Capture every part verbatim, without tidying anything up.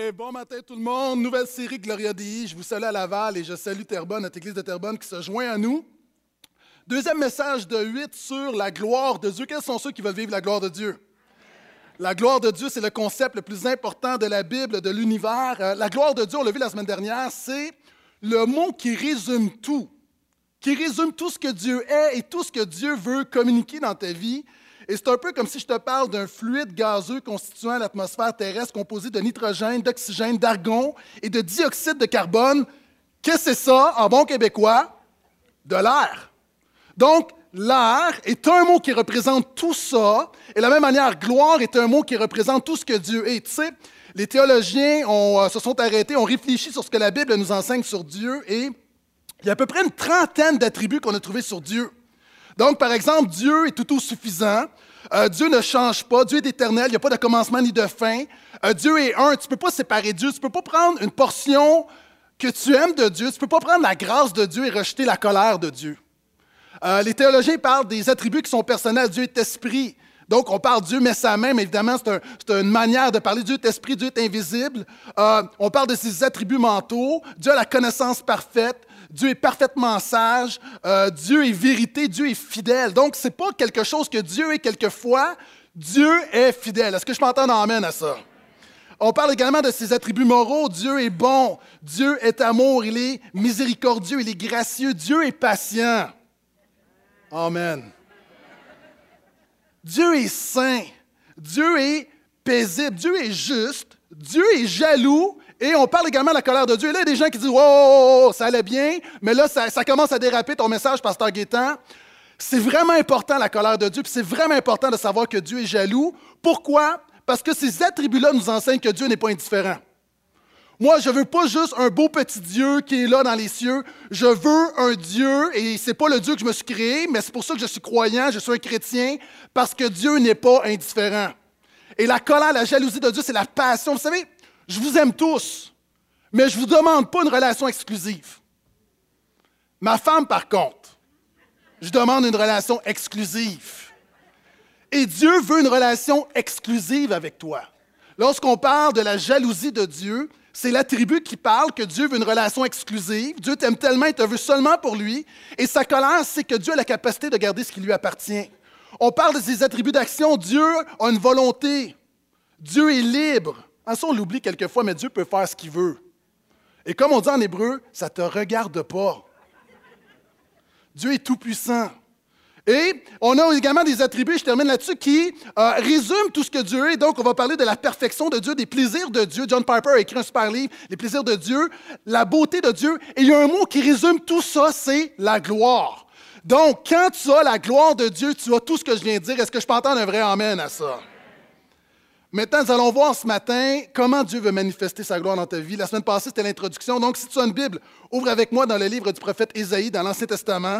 Hey, bon matin tout le monde, nouvelle série Gloria Dei. Je vous salue à Laval et je salue Terrebonne, notre église de Terrebonne qui se joint à nous. Deuxième message de huit sur la gloire de Dieu. Quels sont ceux qui veulent vivre la gloire de Dieu? La gloire de Dieu, c'est le concept le plus important de la Bible, de l'univers. Euh, la gloire de Dieu, on l'a vu la semaine dernière, c'est le mot qui résume tout, qui résume tout ce que Dieu est et tout ce que Dieu veut communiquer dans ta vie. Et c'est un peu comme si je te parle d'un fluide gazeux constituant l'atmosphère terrestre composé de nitrogène, d'oxygène, d'argon et de dioxyde de carbone. Qu'est-ce que c'est ça, en bon québécois? De l'air. Donc, l'air est un mot qui représente tout ça. Et de la même manière, gloire est un mot qui représente tout ce que Dieu est. Tu sais, les théologiens ont, euh, se sont arrêtés, ont réfléchi sur ce que la Bible nous enseigne sur Dieu et il y a à peu près une trentaine d'attributs qu'on a trouvés sur Dieu. Donc, par exemple, Dieu est tout suffisant. Euh, Dieu ne change pas. Dieu est éternel. Il n'y a pas de commencement ni de fin. Euh, Dieu est un. Tu ne peux pas séparer Dieu. Tu ne peux pas prendre une portion que tu aimes de Dieu. Tu ne peux pas prendre la grâce de Dieu et rejeter la colère de Dieu. Euh, les théologiens parlent des attributs qui sont personnels. Dieu est esprit. Donc, on parle Dieu met sa main, mais évidemment, c'est, un, c'est une manière de parler. Dieu est esprit, Dieu est invisible. Euh, on parle de ses attributs mentaux. Dieu a la connaissance parfaite. Dieu est parfaitement sage. Euh, Dieu est vérité. Dieu est fidèle. Donc, ce n'est pas quelque chose que Dieu est quelquefois. Dieu est fidèle. Est-ce que je m'entends en amène à ça? On parle également de ses attributs moraux. Dieu est bon. Dieu est amour. Il est miséricordieux. Il est gracieux. Dieu est patient. Amen. Dieu est saint, Dieu est paisible, Dieu est juste, Dieu est jaloux, et on parle également de la colère de Dieu. Et là, il y a des gens qui disent « Oh, ça allait bien », mais là, ça, ça commence à déraper ton message, Pasteur Gaétan. C'est vraiment important, la colère de Dieu, puis c'est vraiment important de savoir que Dieu est jaloux. Pourquoi? Parce que ces attributs-là nous enseignent que Dieu n'est pas indifférent. Moi, je ne veux pas juste un beau petit Dieu qui est là dans les cieux. Je veux un Dieu, et ce n'est pas le Dieu que je me suis créé, mais c'est pour ça que je suis croyant, je suis un chrétien, parce que Dieu n'est pas indifférent. Et la colère, la jalousie de Dieu, c'est la passion. Vous savez, je vous aime tous, mais je ne vous demande pas une relation exclusive. Ma femme, par contre, je demande une relation exclusive. Et Dieu veut une relation exclusive avec toi. Lorsqu'on parle de la jalousie de Dieu, c'est l'attribut qui parle que Dieu veut une relation exclusive. Dieu t'aime tellement, il te veut seulement pour lui. Et sa colère, c'est que Dieu a la capacité de garder ce qui lui appartient. On parle de ses attributs d'action. Dieu a une volonté. Dieu est libre. En ça, on l'oublie quelquefois, mais Dieu peut faire ce qu'il veut. Et comme on dit en hébreu, ça ne te regarde pas. Dieu est tout-puissant. Et on a également des attributs, je termine là-dessus, qui euh, résument tout ce que Dieu est. Donc, on va parler de la perfection de Dieu, des plaisirs de Dieu. John Piper a écrit un super livre, Les plaisirs de Dieu, la beauté de Dieu. Et il y a un mot qui résume tout ça, c'est la gloire. Donc, quand tu as la gloire de Dieu, tu as tout ce que je viens de dire. Est-ce que je peux entendre un vrai amen à ça? Maintenant, nous allons voir ce matin comment Dieu veut manifester sa gloire dans ta vie. La semaine passée, c'était l'introduction. Donc, si tu as une Bible, ouvre avec moi dans le livre du prophète Ésaïe, dans l'Ancien Testament.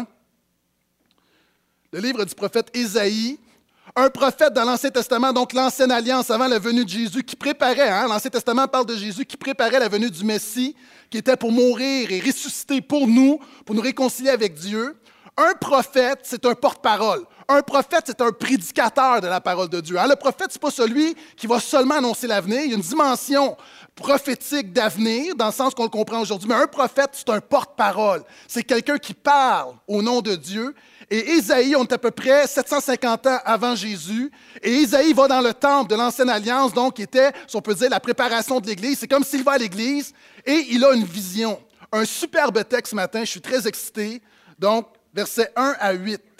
Le livre du prophète Ésaïe, un prophète dans l'Ancien Testament, donc l'Ancienne Alliance avant la venue de Jésus, qui préparait, hein, l'Ancien Testament parle de Jésus, qui préparait la venue du Messie, qui était pour mourir et ressusciter pour nous, pour nous réconcilier avec Dieu. Un prophète, c'est un porte-parole. Un prophète, c'est un prédicateur de la parole de Dieu. Hein? Le prophète, ce n'est pas celui qui va seulement annoncer l'avenir. Il y a une dimension prophétique d'avenir, dans le sens qu'on le comprend aujourd'hui. Mais un prophète, c'est un porte-parole. C'est quelqu'un qui parle au nom de Dieu. Et Ésaïe, on est à peu près sept cent cinquante ans avant Jésus. Et Ésaïe va dans le temple de l'Ancienne Alliance, donc qui était, si on peut dire, la préparation de l'Église. C'est comme s'il va à l'Église et il a une vision. Un superbe texte ce matin, je suis très excité. Donc, versets un à huit.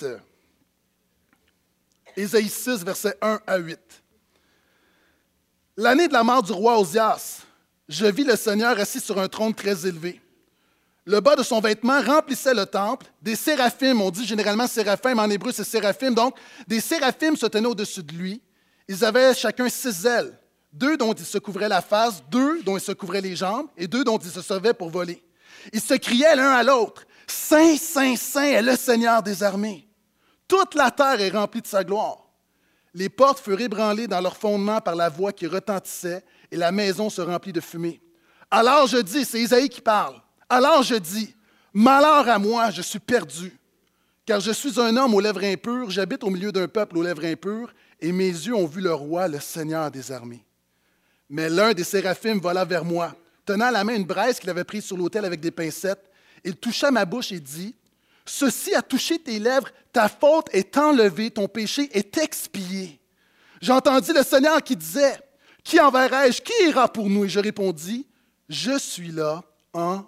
Ésaïe six, versets un à huit. L'année de la mort du roi Osias, je vis le Seigneur assis sur un trône très élevé. Le bas de son vêtement remplissait le temple. Des séraphim, on dit généralement séraphim, mais en hébreu c'est séraphim. Donc, des séraphim se tenaient au-dessus de lui. Ils avaient chacun six ailes. Deux dont ils se couvraient la face, deux dont ils se couvraient les jambes, et deux dont ils se servaient pour voler. Ils se criaient l'un à l'autre. « Saint, Saint, Saint est le Seigneur des armées. Toute la terre est remplie de sa gloire. » Les portes furent ébranlées dans leur fondement par la voix qui retentissait, et la maison se remplit de fumée. Alors je dis, c'est Ésaïe qui parle, alors je dis, malheur à moi, je suis perdu, car je suis un homme aux lèvres impures, j'habite au milieu d'un peuple aux lèvres impures, et mes yeux ont vu le roi, le Seigneur des armées. Mais l'un des séraphim vola vers moi, tenant à la main une braise qu'il avait prise sur l'autel avec des pincettes. Il toucha ma bouche et dit, « Ceci a touché tes lèvres, ta faute est enlevée, ton péché est expié. » J'entendis le Seigneur qui disait, « Qui enverrai-je? Qui ira pour nous? » Et je répondis, « Je suis là, envoie-moi. »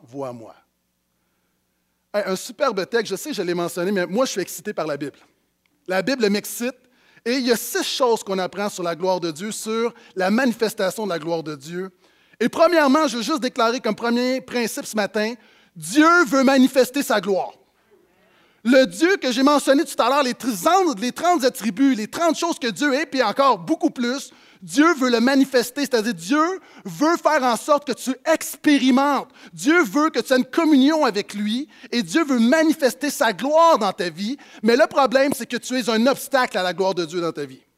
Hey, un superbe texte, je sais, je l'ai mentionné, mais moi, je suis excité par la Bible. La Bible m'excite. Et il y a six choses qu'on apprend sur la gloire de Dieu, sur la manifestation de la gloire de Dieu. Et premièrement, je veux juste déclarer comme premier principe ce matin, Dieu veut manifester sa gloire. Le Dieu que j'ai mentionné tout à l'heure, les trente, les trente attributs, les trente choses que Dieu est, puis encore beaucoup plus, Dieu veut le manifester, c'est-à-dire Dieu veut faire en sorte que tu expérimentes. Dieu veut que tu aies une communion avec lui et Dieu veut manifester sa gloire dans ta vie. Mais le problème, c'est que tu es un obstacle à la gloire de Dieu dans ta vie.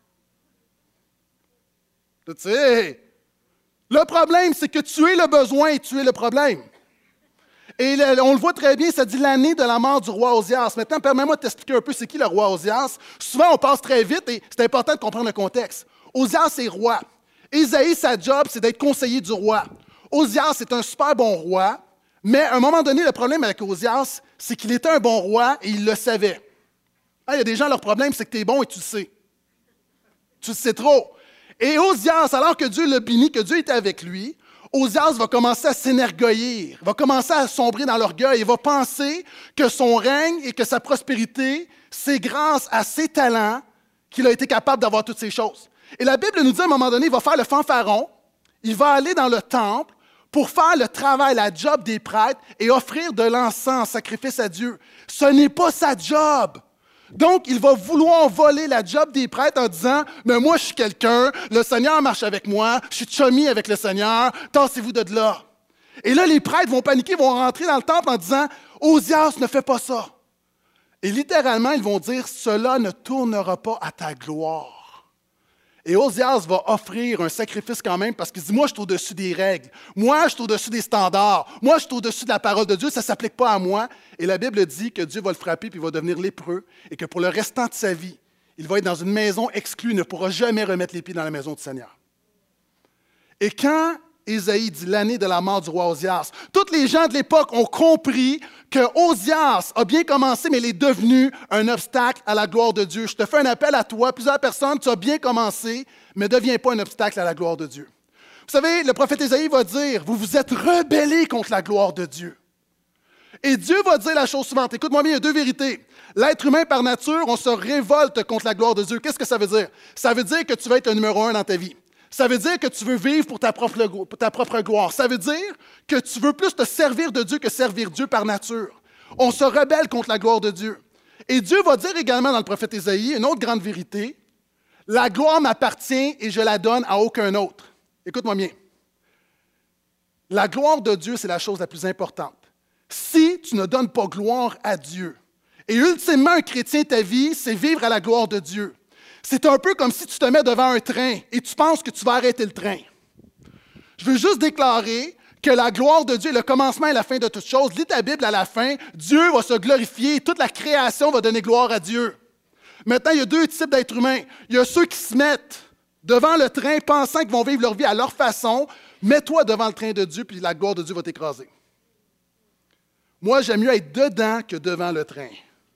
Tu sais, le problème, c'est que tu es le besoin et tu es le problème. Et on le voit très bien, ça dit l'année de la mort du roi Osias. Maintenant, permets-moi de t'expliquer un peu c'est qui le roi Osias. Souvent, on passe très vite et c'est important de comprendre le contexte. Osias est roi. Ésaïe, sa job, c'est d'être conseiller du roi. Osias est un super bon roi, mais à un moment donné, le problème avec Osias, c'est qu'il était un bon roi et il le savait. Ah, il y a des gens, leur problème, c'est que tu es bon et tu le sais. Tu le sais trop. Et Osias, alors que Dieu l'a béni, que Dieu était avec lui, Osias va commencer à s'énergueillir, va commencer à sombrer dans l'orgueil, il va penser que son règne et que sa prospérité, c'est grâce à ses talents qu'il a été capable d'avoir toutes ces choses. Et la Bible nous dit à un moment donné, il va faire le fanfaron, il va aller dans le temple pour faire le travail, la job des prêtres et offrir de l'encens en sacrifice à Dieu. Ce n'est pas sa job. Donc, il va vouloir voler la job des prêtres en disant « Mais moi, je suis quelqu'un, le Seigneur marche avec moi, je suis chummy avec le Seigneur, tassez-vous de là. » Et là, les prêtres vont paniquer, vont rentrer dans le temple en disant « Osias, ne fais pas ça. » Et littéralement, ils vont dire « Cela ne tournera pas à ta gloire. » Et Osias va offrir un sacrifice quand même parce qu'il dit « Moi, je suis au-dessus des règles. Moi, je suis au-dessus des standards. Moi, je suis au-dessus de la parole de Dieu. Ça ne s'applique pas à moi. » Et la Bible dit que Dieu va le frapper puis il va devenir lépreux et que pour le restant de sa vie, il va être dans une maison exclue, il ne pourra jamais remettre les pieds dans la maison du Seigneur. Et quand Ésaïe dit l'année de la mort du roi Osias, tous les gens de l'époque ont compris que Osias a bien commencé, mais il est devenu un obstacle à la gloire de Dieu. Je te fais un appel à toi, plusieurs personnes, tu as bien commencé, mais ne deviens pas un obstacle à la gloire de Dieu. Vous savez, le prophète Ésaïe va dire, vous vous êtes rebellés contre la gloire de Dieu. Et Dieu va dire la chose suivante, écoute-moi bien, il y a deux vérités. L'être humain par nature, on se révolte contre la gloire de Dieu. Qu'est-ce que ça veut dire? Ça veut dire que tu vas être un numéro un dans ta vie. Ça veut dire que tu veux vivre pour ta propre, pour ta propre gloire. Ça veut dire que tu veux plus te servir de Dieu que servir Dieu par nature. On se rebelle contre la gloire de Dieu. Et Dieu va dire également dans le prophète Ésaïe une autre grande vérité, « La gloire m'appartient et je la donne à aucun autre. » Écoute-moi bien. La gloire de Dieu, c'est la chose la plus importante. Si tu ne donnes pas gloire à Dieu, et ultimement un chrétien, ta vie, c'est vivre à la gloire de Dieu. C'est un peu comme si tu te mets devant un train et tu penses que tu vas arrêter le train. Je veux juste déclarer que la gloire de Dieu est le commencement et la fin de toutes choses. Lis ta Bible à la fin, Dieu va se glorifier, toute la création va donner gloire à Dieu. Maintenant, il y a deux types d'êtres humains. Il y a ceux qui se mettent devant le train pensant qu'ils vont vivre leur vie à leur façon. Mets-toi devant le train de Dieu, puis la gloire de Dieu va t'écraser. Moi, j'aime mieux être dedans que devant le train.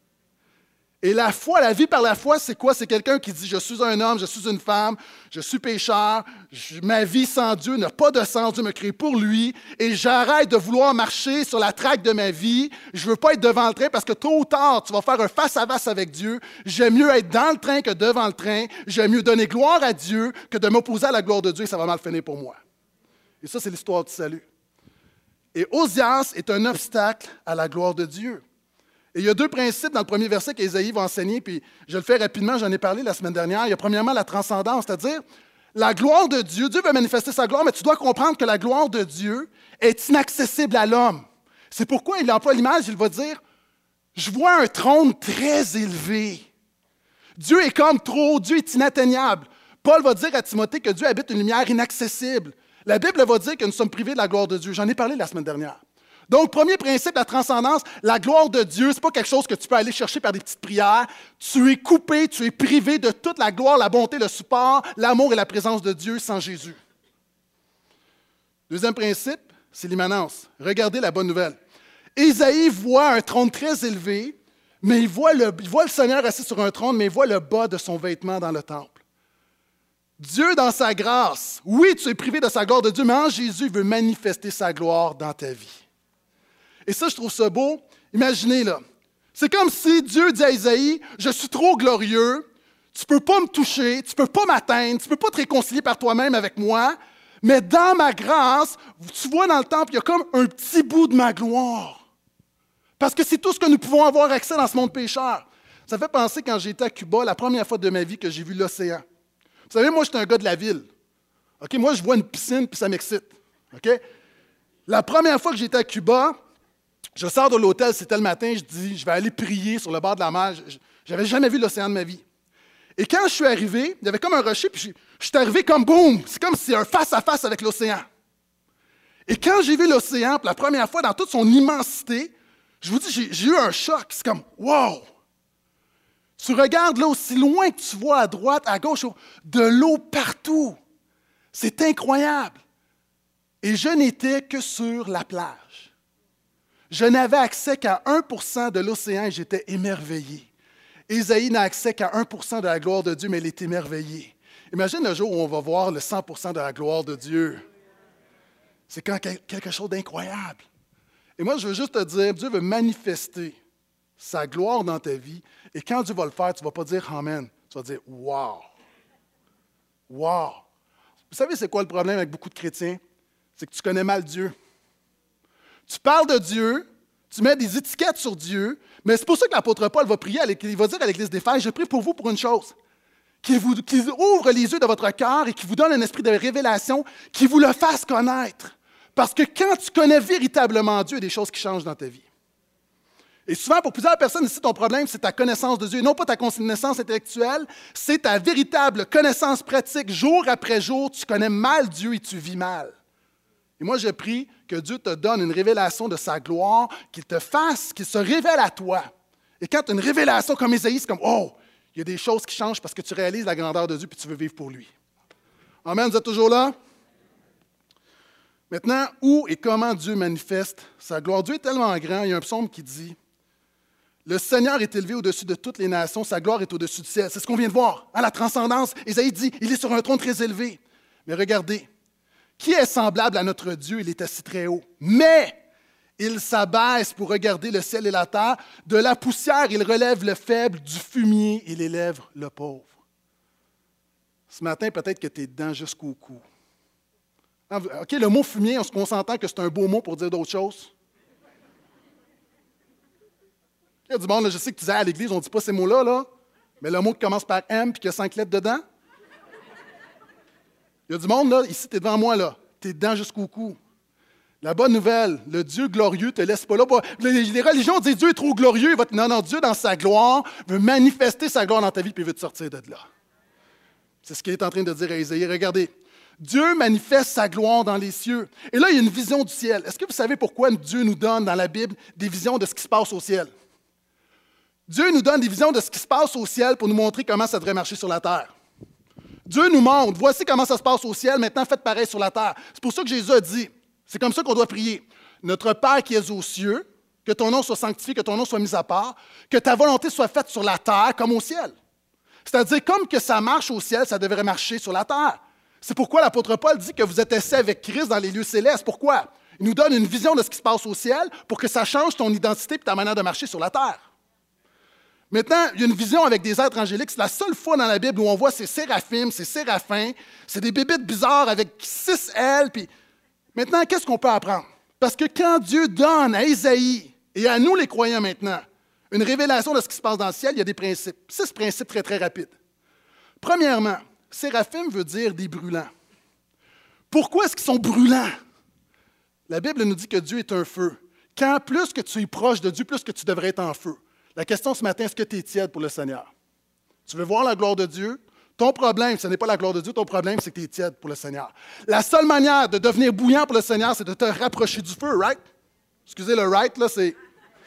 Et la foi, la vie par la foi, c'est quoi? C'est quelqu'un qui dit, je suis un homme, je suis une femme, je suis pécheur, je, ma vie sans Dieu n'a pas de sens, Dieu me crée pour lui, et j'arrête de vouloir marcher sur la traque de ma vie, je ne veux pas être devant le train parce que tôt ou tard, tu vas faire un face-à-face avec Dieu, j'aime mieux être dans le train que devant le train, j'aime mieux donner gloire à Dieu que de m'opposer à la gloire de Dieu et ça va mal finir pour moi. Et ça, c'est l'histoire du salut. Et Osias est un obstacle à la gloire de Dieu. Et il y a deux principes dans le premier verset qu'Ésaïe va enseigner, puis je le fais rapidement, j'en ai parlé la semaine dernière. Il y a premièrement la transcendance, c'est-à-dire la gloire de Dieu. Dieu veut manifester sa gloire, mais tu dois comprendre que la gloire de Dieu est inaccessible à l'homme. C'est pourquoi il emploie l'image, il va dire, je vois un trône très élevé. Dieu est comme trop haut, Dieu est inatteignable. Paul va dire à Timothée que Dieu habite une lumière inaccessible. La Bible va dire que nous sommes privés de la gloire de Dieu. J'en ai parlé la semaine dernière. Donc, premier principe, la transcendance, la gloire de Dieu, ce n'est pas quelque chose que tu peux aller chercher par des petites prières. Tu es coupé, tu es privé de toute la gloire, la bonté, le support, l'amour et la présence de Dieu sans Jésus. Deuxième principe, c'est l'immanence. Regardez la bonne nouvelle. Ésaïe voit un trône très élevé, mais il voit, le, il voit le Seigneur assis sur un trône, mais il voit le bas de son vêtement dans le temple. Dieu, dans sa grâce, oui, tu es privé de sa gloire de Dieu, mais en Jésus, il veut manifester sa gloire dans ta vie. Et ça, je trouve ça beau. Imaginez, là. C'est comme si Dieu dit à Ésaïe, « Je suis trop glorieux, tu ne peux pas me toucher, tu ne peux pas m'atteindre, tu ne peux pas te réconcilier par toi-même avec moi, mais dans ma grâce, tu vois dans le temple, il y a comme un petit bout de ma gloire. » Parce que c'est tout ce que nous pouvons avoir accès dans ce monde pécheur. Ça fait penser quand j'étais à Cuba, la première fois de ma vie que j'ai vu l'océan. Vous savez, moi, j'étais un gars de la ville. Okay? Moi, je vois une piscine, puis ça m'excite. Okay? La première fois que j'étais à Cuba, je sors de l'hôtel, c'était le matin, je dis, je vais aller prier sur le bord de la mer. Je n'avais jamais vu l'océan de ma vie. Et quand je suis arrivé, il y avait comme un rocher, puis je, je suis arrivé comme boum! C'est comme si un face-à-face avec l'océan. Et quand j'ai vu l'océan, pour la première fois, dans toute son immensité, je vous dis, j'ai, j'ai eu un choc. C'est comme, wow! Tu regardes là aussi loin que tu vois à droite, à gauche, de l'eau partout. C'est incroyable. Et je n'étais que sur la plage. Je n'avais accès qu'à un pour cent de l'océan et j'étais émerveillé. Ésaïe n'a accès qu'à un pour cent de la gloire de Dieu, mais il est émerveillé. Imagine le jour où on va voir le cent pour cent de la gloire de Dieu. C'est quand quelque chose d'incroyable. Et moi, je veux juste te dire, Dieu veut manifester sa gloire dans ta vie. Et quand Dieu va le faire, tu ne vas pas dire « Amen ». Tu vas dire « Wow! Wow! » Vous savez, c'est quoi le problème avec beaucoup de chrétiens? C'est que tu connais mal Dieu. Tu parles de Dieu, tu mets des étiquettes sur Dieu, mais c'est pour ça que l'apôtre Paul va prier, à il va dire à l'Église d'Éphèse, je prie pour vous pour une chose, qu'il vous qu'il ouvre les yeux de votre cœur et qu'il vous donne un esprit de révélation, qu'il vous le fasse connaître. Parce que quand tu connais véritablement Dieu, il y a des choses qui changent dans ta vie. Et souvent, pour plusieurs personnes, ici, ton problème, c'est ta connaissance de Dieu. Et non pas ta connaissance intellectuelle, c'est ta véritable connaissance pratique. Jour après jour, tu connais mal Dieu et tu vis mal. Et moi, je prie que Dieu te donne une révélation de sa gloire, qu'il te fasse, qu'il se révèle à toi. Et quand tu as une révélation comme Ésaïe, c'est comme, oh, il y a des choses qui changent parce que tu réalises la grandeur de Dieu et tu veux vivre pour lui. Amen, vous êtes toujours là? Maintenant, où et comment Dieu manifeste sa gloire? Dieu est tellement grand, il y a un psaume qui dit, « Le Seigneur est élevé au-dessus de toutes les nations, sa gloire est au-dessus du ciel. » C'est ce qu'on vient de voir, hein, la transcendance. Ésaïe dit, il est sur un trône très élevé. Mais regardez, qui est semblable à notre Dieu? Il est assis très haut. Mais il s'abaisse pour regarder le ciel et la terre. De la poussière, il relève le faible, du fumier, il élève le pauvre. Ce matin, peut-être que tu es dedans jusqu'au cou. OK, le mot fumier, on s'entend que c'est un beau mot pour dire d'autres choses. Il y a du monde, là, je sais que tu disais à l'église, on ne dit pas ces mots-là, là, mais le mot qui commence par M et qui a cinq lettres dedans. Il y a du monde, là, ici, tu es devant moi, là. Tu es dedans jusqu'au cou. La bonne nouvelle, le Dieu glorieux ne te laisse pas là. Les, les religions disent Dieu est trop glorieux. Il va te... Non, non, Dieu, dans sa gloire, veut manifester sa gloire dans ta vie et il veut te sortir de là. C'est ce qu'il est en train de dire à Ésaïe. Regardez, Dieu manifeste sa gloire dans les cieux. Et là, il y a une vision du ciel. Est-ce que vous savez pourquoi Dieu nous donne dans la Bible des visions de ce qui se passe au ciel? Dieu nous donne des visions de ce qui se passe au ciel pour nous montrer comment ça devrait marcher sur la terre. Dieu nous montre, voici comment ça se passe au ciel, maintenant faites pareil sur la terre. C'est pour ça que Jésus a dit, c'est comme ça qu'on doit prier. Notre Père qui es aux cieux, que ton nom soit sanctifié, que ton nom soit mis à part, que ta volonté soit faite sur la terre comme au ciel. C'est-à-dire, comme que ça marche au ciel, ça devrait marcher sur la terre. C'est pourquoi l'apôtre Paul dit que vous êtes assis avec Christ dans les lieux célestes. Pourquoi? Il nous donne une vision de ce qui se passe au ciel pour que ça change ton identité et ta manière de marcher sur la terre. Maintenant, il y a une vision avec des êtres angéliques. C'est la seule fois dans la Bible où on voit ces séraphim, ces séraphins. C'est des bébites bizarres avec six ailes. Puis... Maintenant, qu'est-ce qu'on peut apprendre? Parce que quand Dieu donne à Ésaïe et à nous les croyants maintenant une révélation de ce qui se passe dans le ciel, il y a des principes. Six principes très, très rapides. Premièrement, séraphim veut dire des brûlants. Pourquoi est-ce qu'ils sont brûlants? La Bible nous dit que Dieu est un feu. Quand plus que tu es proche de Dieu, plus que tu devrais être en feu. La question ce matin, est-ce que tu es tiède pour le Seigneur? Tu veux voir la gloire de Dieu? Ton problème, ce n'est pas la gloire de Dieu, ton problème, c'est que tu es tiède pour le Seigneur. La seule manière de devenir bouillant pour le Seigneur, c'est de te rapprocher du feu, right? Excusez le right, là, c'est...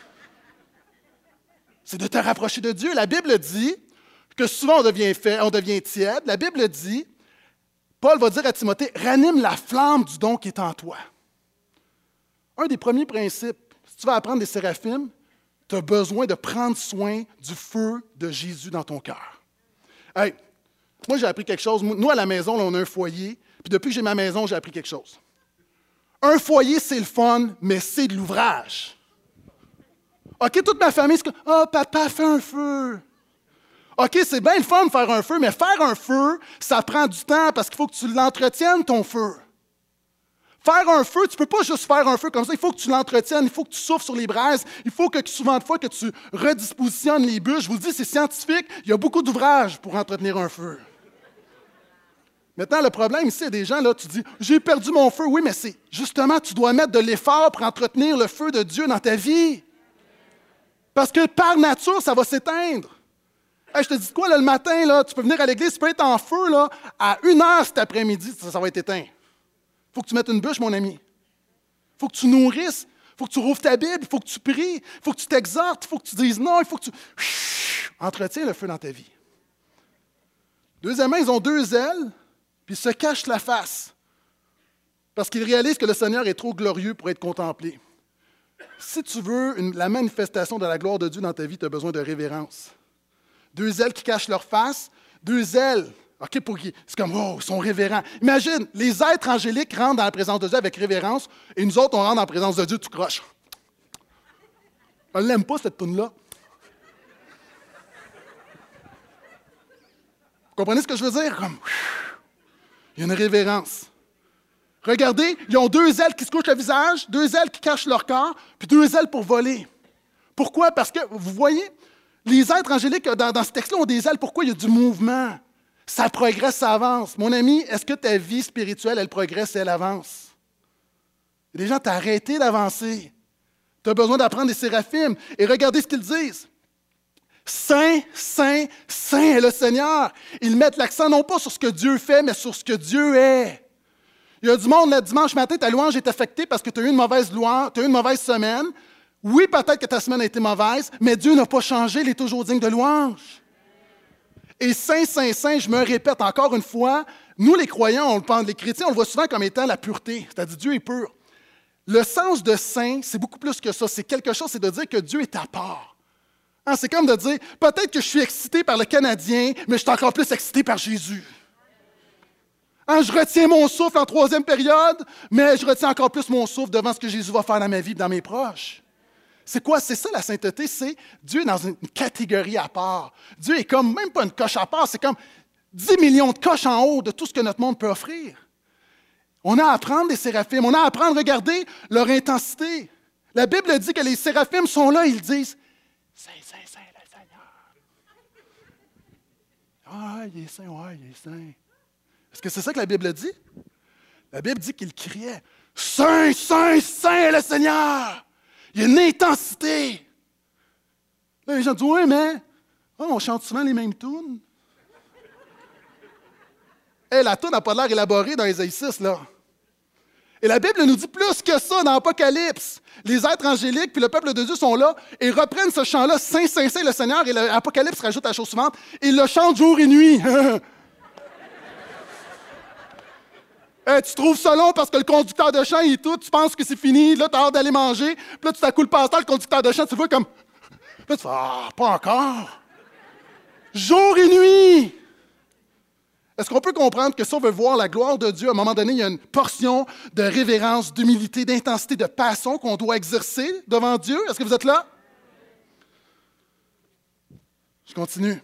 C'est de te rapprocher de Dieu. La Bible dit que souvent on devient fait, on devient tiède. La Bible dit, Paul va dire à Timothée, ranime la flamme du don qui est en toi. Un des premiers principes, si tu vas apprendre des séraphimes, tu as besoin de prendre soin du feu de Jésus dans ton cœur. Hey, moi, j'ai appris quelque chose. Nous, à la maison, là, on a un foyer. Puis depuis que j'ai ma maison, j'ai appris quelque chose. Un foyer, c'est le fun, mais c'est de l'ouvrage. OK, toute ma famille, c'est comme « Ah, oh, papa, fais un feu. » OK, c'est bien le fun de faire un feu, mais faire un feu, ça prend du temps parce qu'il faut que tu l'entretiennes, ton feu. Faire un feu, tu ne peux pas juste faire un feu comme ça. Il faut que tu l'entretiennes, il faut que tu souffles sur les braises, il faut que souvent de fois que tu redispositionnes les bûches. Je vous le dis, c'est scientifique, il y a beaucoup d'ouvrages pour entretenir un feu. Maintenant, le problème ici, il y a des gens, là, tu dis, j'ai perdu mon feu. Oui, mais c'est justement, tu dois mettre de l'effort pour entretenir le feu de Dieu dans ta vie. Parce que par nature, ça va s'éteindre. Hey, je te dis quoi, là, le matin, là, tu peux venir à l'église, tu peux être en feu là, à une heure cet après-midi, ça, ça va être éteint. Il faut que tu mettes une bûche, mon ami. Il faut que tu nourrisses. Il faut que tu rouvres ta Bible. Il faut que tu pries. Il faut que tu t'exhortes. Il faut que tu dises non. Il faut que tu Chut, entretiens le feu dans ta vie. Deuxièmement, ils ont deux ailes, puis ils se cachent la face. Parce qu'ils réalisent que le Seigneur est trop glorieux pour être contemplé. Si tu veux une, la manifestation de la gloire de Dieu dans ta vie, tu as besoin de révérence. Deux ailes qui cachent leur face, deux ailes. OK, pour qui? C'est comme, oh, ils sont révérents. Imagine, les êtres angéliques rentrent dans la présence de Dieu avec révérence, et nous autres, on rentre dans la présence de Dieu, tu croches. On ne l'aime pas, cette toune-là. Vous comprenez ce que je veux dire? Comme, il y a une révérence. Regardez, ils ont deux ailes qui se couchent le visage, deux ailes qui cachent leur corps, puis deux ailes pour voler. Pourquoi? Parce que, vous voyez, les êtres angéliques, dans, dans ce texte-là, ont des ailes. Pourquoi? Il y a du mouvement. Ça progresse, ça avance. Mon ami, est-ce que ta vie spirituelle, elle progresse et elle avance? Les gens, t'as arrêté d'avancer. Tu as besoin d'apprendre des séraphimes. Et regardez ce qu'ils disent. Saint, Saint, Saint est le Seigneur. Ils mettent l'accent non pas sur ce que Dieu fait, mais sur ce que Dieu est. Il y a du monde, le dimanche matin, ta louange est affectée parce que tu as eu une mauvaise louange, tu as eu une mauvaise semaine. Oui, peut-être que ta semaine a été mauvaise, mais Dieu n'a pas changé, il est toujours digne de louange. Et Saint, Saint, Saint, je me répète encore une fois, nous les croyants, on le pense, les chrétiens, on le voit souvent comme étant la pureté, c'est-à-dire Dieu est pur. Le sens de saint, c'est beaucoup plus que ça. C'est quelque chose, c'est de dire que Dieu est à part. Hein, c'est comme de dire, peut-être que je suis excité par le Canadien, mais je suis encore plus excité par Jésus. Hein, je retiens mon souffle en troisième période, mais je retiens encore plus mon souffle devant ce que Jésus va faire dans ma vie et dans mes proches. C'est quoi? C'est ça la sainteté, c'est Dieu est dans une catégorie à part. Dieu est comme, même pas une coche à part, c'est comme dix millions de coches en haut de tout ce que notre monde peut offrir. On a à apprendre des séraphimes, on a à apprendre à regarder leur intensité. La Bible dit que les séraphimes sont là, ils disent « Saint, Saint, Saint, le Seigneur. » Ah, il est saint, ouais, il est saint. Est-ce que c'est ça que la Bible dit? La Bible dit qu'ils criaient « Saint, Saint, Saint est le Seigneur. » Il y a une intensité. Là, les gens disent « Oui, mais oh, on chante souvent les mêmes tunes. » Hey, la toune n'a pas l'air élaborée dans Ésaïe six, là. Et la Bible nous dit plus que ça dans l'Apocalypse. Les êtres angéliques puis le peuple de Dieu sont là et reprennent ce chant-là, Saint, Saint, Saint, le Seigneur. Et l'Apocalypse rajoute la chose suivante, ils le chantent jour et nuit. Hey, tu trouves ça long parce que le conducteur de chant, il est tout, tu penses que c'est fini, là, tu as hâte d'aller manger, puis là, tout à coup, le pasteur, le conducteur de chant, tu le vois comme, là, tu fais, ah, pas encore. Jour et nuit. Est-ce qu'on peut comprendre que si on veut voir la gloire de Dieu, à un moment donné, il y a une portion de révérence, d'humilité, d'intensité, de passion qu'on doit exercer devant Dieu? Est-ce que vous êtes là? Je continue.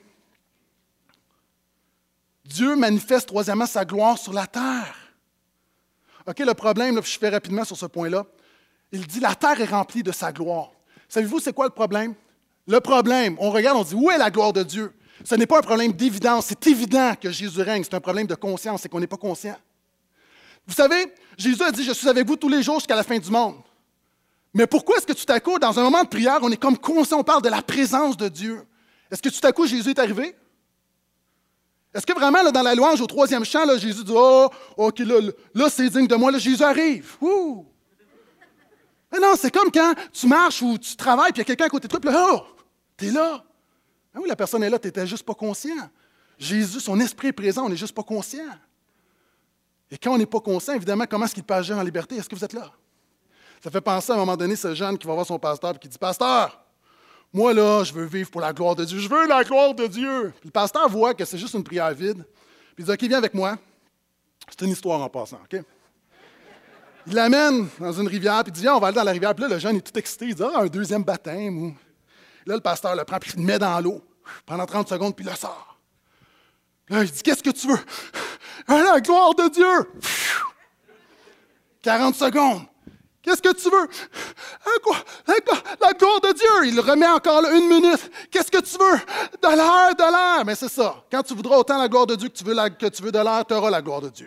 Dieu manifeste troisièmement sa gloire sur la terre. OK, le problème, là, je fais rapidement sur ce point-là, il dit la terre est remplie de sa gloire. Savez-vous c'est quoi le problème? Le problème, on regarde, on dit où est la gloire de Dieu? Ce n'est pas un problème d'évidence, c'est évident que Jésus règne, c'est un problème de conscience, c'est qu'on n'est pas conscient. Vous savez, Jésus a dit, je suis avec vous tous les jours jusqu'à la fin du monde. Mais pourquoi est-ce que tout à coup, dans un moment de prière, on est comme conscient, on parle de la présence de Dieu? Est-ce que tout à coup, Jésus est arrivé? Est-ce que vraiment, là, dans la louange, au troisième chant, là, Jésus dit, oh, OK, là, là c'est digne de moi, là, Jésus arrive. Ouh! Mais non, c'est comme quand tu marches ou tu travailles, puis il y a quelqu'un à côté de toi, puis là, oh, t'es là. Ah oui, la personne est là, tu n'étais juste pas conscient. Jésus, son esprit est présent, on n'est juste pas conscient. Et quand on n'est pas conscient, évidemment, comment est-ce qu'il peut agir en liberté? Est-ce que vous êtes là? Ça fait penser à un moment donné, ce jeune qui va voir son pasteur et qui dit « Pasteur, moi là, je veux vivre pour la gloire de Dieu. Je veux la gloire de Dieu. » Puis le pasteur voit que c'est juste une prière vide. Puis il dit « OK, viens avec moi. » C'est une histoire en passant, OK? Il l'amène dans une rivière, puis il dit « Viens, on va aller dans la rivière. » Puis là, le jeune est tout excité. Il dit « Ah, un deuxième baptême. » Ou... Là, le pasteur le prend, puis il le met dans l'eau pendant trente secondes, puis il le sort. Là, il dit « Qu'est-ce que tu veux? » « La gloire de Dieu! » quarante secondes. « Qu'est-ce que tu veux? » La, la, la gloire de Dieu! Il le remet encore là, une minute. « Qu'est-ce que tu veux? » De l'air, de l'air. Mais c'est ça. Quand tu voudras autant la gloire de Dieu que tu veux, la, que tu veux de l'air, tu auras la gloire de Dieu.